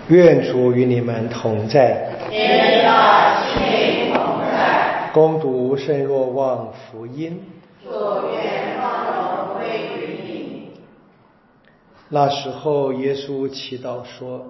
愿主与你们同在。 也与心灵同在。 恭读圣若望福音。 主愿光荣归于你。 那时候，耶稣祈祷说：“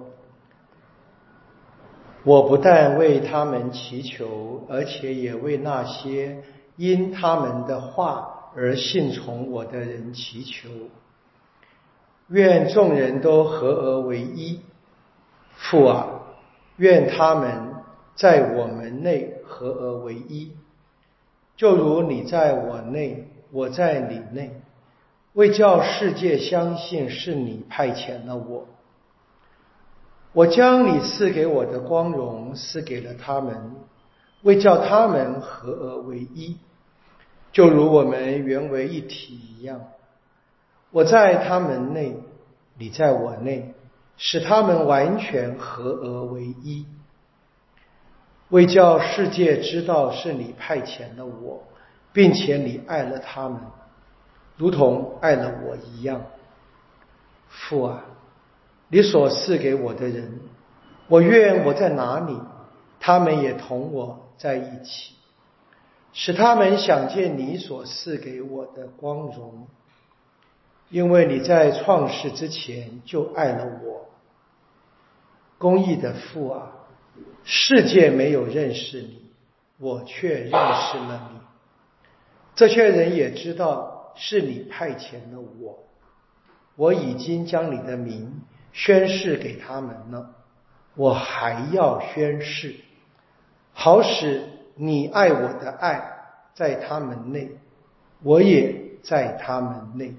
我不但为他们祈求，而且也为那些因他们的话而信从我的人祈求。愿众人都合而为一。父啊，愿他们在我们内合而为一，就如你在我内，我在你内，为叫世界相信是你派遣了我。我将你赐给我的光荣赐给了他们，为叫他们合而为一，就如我们原为一体一样。我在他们内，你在我内，使他们完全合而为一，为叫世界知道是你派遣了我，并且你爱了他们，如同爱了我一样。父啊，你所赐给我的人，我愿我在哪里，他们也同我在一起，使他们想见你所赐给我的光荣。因为你在创世之前就爱了我。公义的父啊，世界没有认识你，我却认识了你。这些人也知道是你派遣了我。我已经将你的名宣示给他们了，我还要宣示，好使你爱我的爱在他们内，我也在他们内。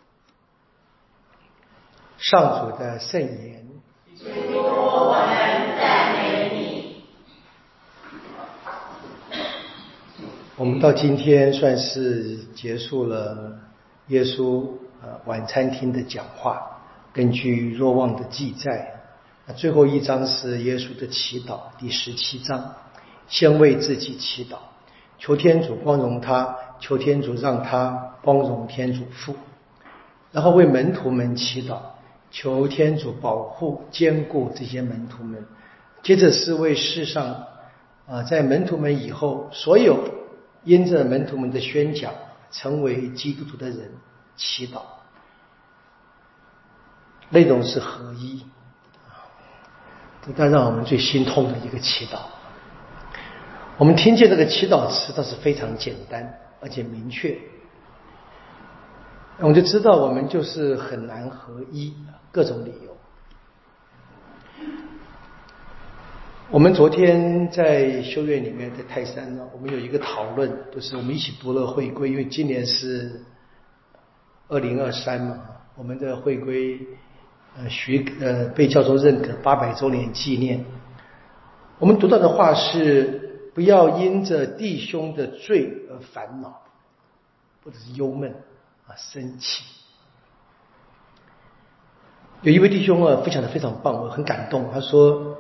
上主的圣言。 主，我们赞美你。 我们到今天算是结束了耶稣晚餐厅的讲话。根据若望的记载，最后一章是耶稣的祈祷，第17章，先为自己祈祷，求天主光荣他，求天主让他光荣天主父，然后为门徒们祈祷，求天主保护坚固这些门徒们。接着是为世上在门徒们以后所有因着门徒们的宣讲成为基督徒的人祈祷，内容是合一，这当然让我们最心痛的一个祈祷。我们听见这个祈祷词倒是非常简单而且明确，我们就知道我们就是很难合一，各种理由。我们昨天在修院里面，在泰山呢，我们有一个讨论，就是我们一起读了会规，因为今年是2023嘛，我们的会规被教宗认可800周年纪念。我们读到的话是：不要因着弟兄的罪而烦恼，或者是忧闷生气。有一位弟兄分享的非常棒，我很感动。他说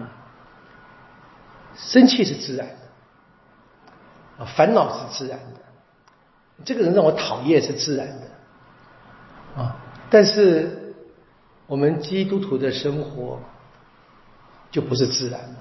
生气是自然的，烦恼是自然的，这个人让我讨厌是自然的但是我们基督徒的生活就不是自然了。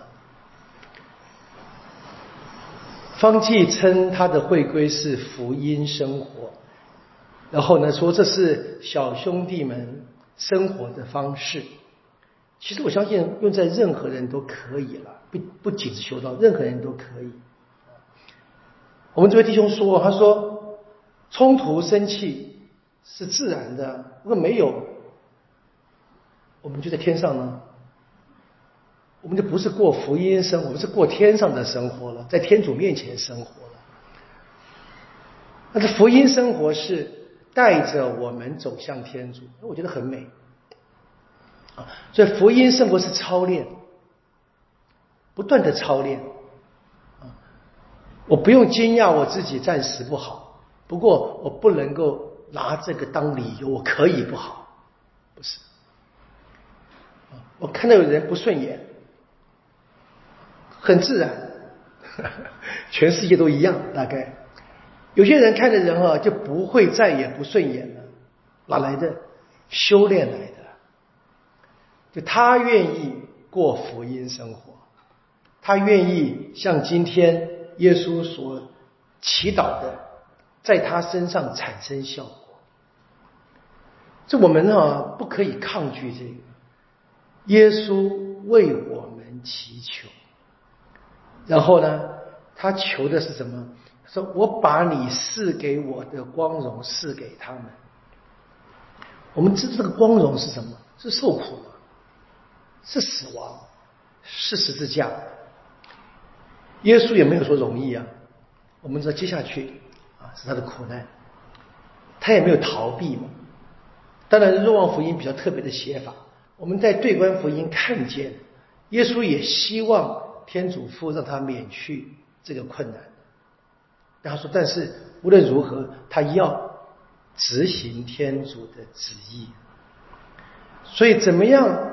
方济称他的会规是福音生活，然后呢说这是小兄弟们生活的方式。其实我相信用在任何人都可以了，不仅是修道，任何人都可以。我们这位弟兄说，他说冲突生气是自然的，如果没有，我们就在天上呢，我们就不是过福音生活，我们是过天上的生活了，在天主面前生活了。但是福音生活是带着我们走向天主，我觉得很美所以福音生活是操练，不断的操练我不用惊讶我自己暂时不好，不过我不能够拿这个当理由我可以不好，不是我看到有人不顺眼很自然全世界都一样，大概有些人看的人就不会再也不顺眼了，哪来的？修炼来的。就他愿意过福音生活，他愿意像今天耶稣所祈祷的，在他身上产生效果。这我们不可以抗拒这个。耶稣为我们祈求，然后呢，他求的是什么？说我把你赐给我的光荣赐给他们。我们知道这个光荣是什么？是受苦吗？是死亡，是十字架。耶稣也没有说容易啊，我们知道接下去是他的苦难，他也没有逃避嘛。当然若望福音比较特别的写法，我们在对观福音看见耶稣也希望天主父让他免去这个困难，然后说但是无论如何他要执行天主的旨意。所以怎么样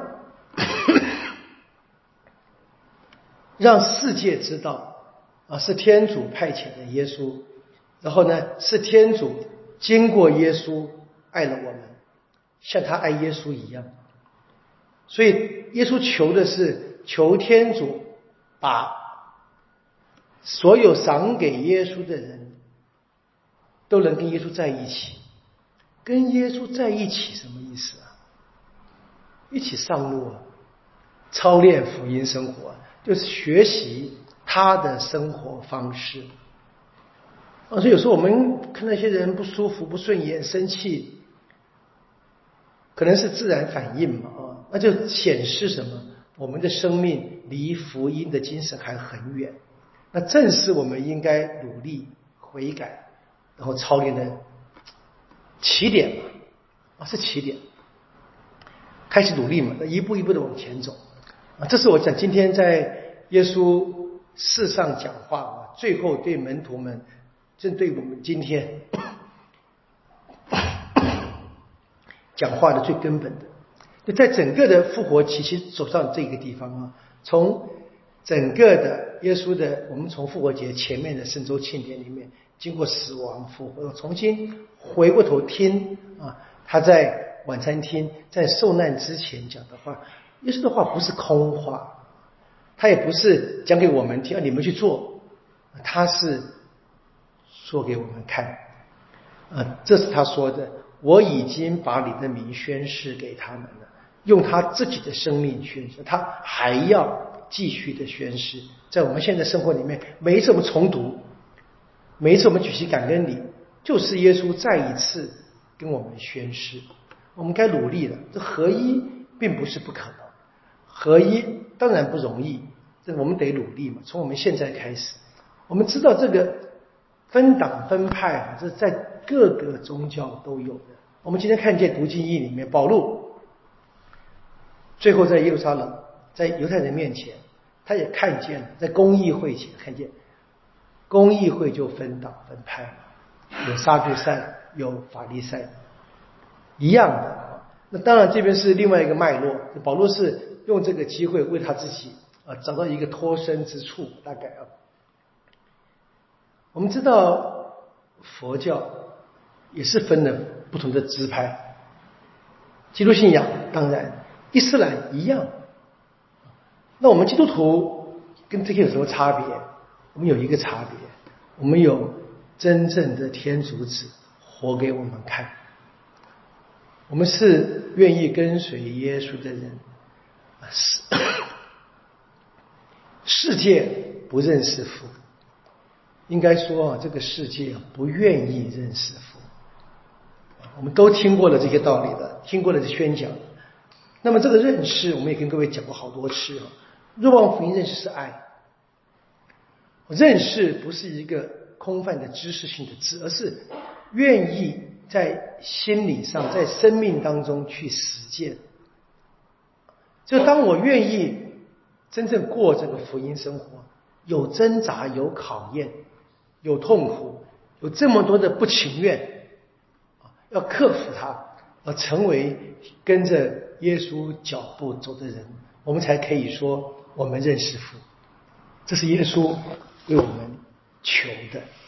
让世界知道是天主派遣的耶稣，然后呢是天主经过耶稣爱了我们，像他爱耶稣一样。所以耶稣求的是求天主把所有赏给耶稣的人都能跟耶稣在一起。跟耶稣在一起什么意思啊？一起上路操练福音生活，就是学习他的生活方式。所以有时候我们看那些人不舒服、不顺眼、生气，可能是自然反应嘛，那就显示什么？我们的生命离福音的精神还很远。那正是我们应该努力悔改，然后操练的起点嘛，是起点。开始努力嘛，一步一步的往前走。这是我讲今天在耶稣世上讲话最后对门徒们，正对我们今天讲话的最根本的。就在整个的复活期，其实走上这个地方从整个的耶稣的，我们从复活节前面的圣周庆典里面，经过死亡复活，重新回过头听他在晚餐厅在受难之前讲的话。耶稣的话不是空话，他也不是讲给我们听你们去做，他是说给我们看这是他说的，我已经把你的名宣示给他们了。用他自己的生命宣示，他还要继续的宣示。在我们现在生活里面，每一次我们重读，每一次我们举行感恩礼，就是耶稣再一次跟我们宣示。我们该努力了。这合一并不是不可能，合一当然不容易，这我们得努力嘛。从我们现在开始，我们知道这个分党分派这在各个宗教都有的。我们今天看见读经义里面，保禄最后在耶路撒冷，在犹太人面前，他也看见了，在公议会前看见，公议会就分党分派，有撒杜塞，有法利赛，一样的。那当然这边是另外一个脉络，保罗是用这个机会为他自己找到一个脱身之处，大概我们知道佛教也是分了不同的支派，基督信仰当然，伊斯兰一样。那我们基督徒跟这些有什么差别？我们有一个差别，我们有真正的天主子活给我们看。我们是愿意跟随耶稣的人。世界不认识父，应该说这个世界不愿意认识父。我们都听过了这些道理的，听过了这宣讲。那么这个认识我们也跟各位讲过好多次若望福音认识是爱，认识不是一个空泛的知识性的字，而是愿意在心理上在生命当中去实践。就当我愿意真正过这个福音生活，有挣扎，有考验，有痛苦，有这么多的不情愿，要克服它，要成为跟着耶稣脚步走的人，我们才可以说我们认识父。这是耶稣为我们求的。